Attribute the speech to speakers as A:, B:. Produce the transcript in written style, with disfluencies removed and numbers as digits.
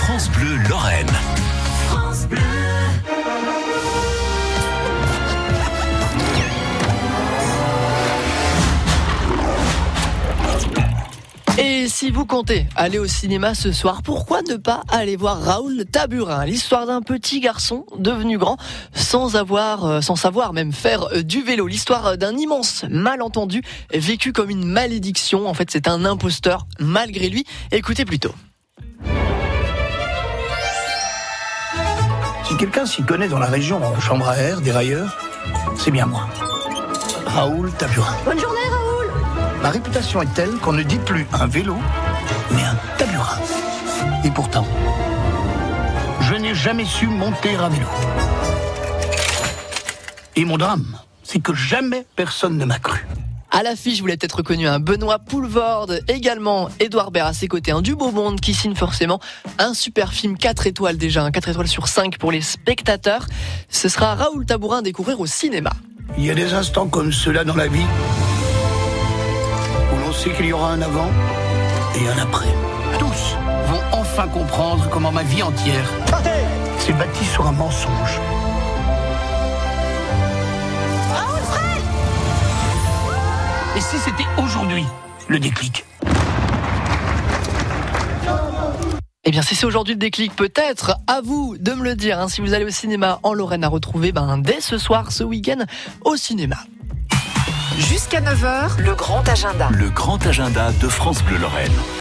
A: France Bleu Lorraine. France Bleu.
B: Et si vous comptez aller au cinéma ce soir, pourquoi ne pas aller voir Raoul Taburin, l'histoire d'un petit garçon devenu grand sans savoir même faire du vélo, l'histoire d'un immense malentendu vécu comme une malédiction. En fait, c'est un imposteur malgré lui. Écoutez plutôt.
C: Si quelqu'un s'y connaît dans la région en chambre à air, dérailleur, c'est bien moi. Raoul Taburin.
D: Bonne journée, Raoul.
C: Ma réputation est telle qu'on ne dit plus un vélo, mais un taburin. Et pourtant, je n'ai jamais su monter à vélo. Et mon drame, c'est que jamais personne ne m'a cru.
B: À l'affiche, vous l'avez peut-être reconnu, un Benoît Poulvorde, également Édouard Baird à ses côtés, un du beau monde qui signe forcément un super film 4 étoiles déjà, 4 étoiles sur 5 pour les spectateurs. Ce sera Raoul Taburin à découvrir au cinéma.
C: Il y a des instants comme ceux-là dans la vie où l'on sait qu'il y aura un avant et un après. Tous vont enfin comprendre comment ma vie entière s'est bâtie sur un mensonge. Et si c'était aujourd'hui le déclic ?
B: Eh bien, si c'est aujourd'hui le déclic, peut-être à vous de me le dire. Si vous allez au cinéma en Lorraine à retrouver dès ce soir, ce week-end, au cinéma.
E: Jusqu'à 9h, le grand agenda.
A: Le grand agenda de France Bleu Lorraine.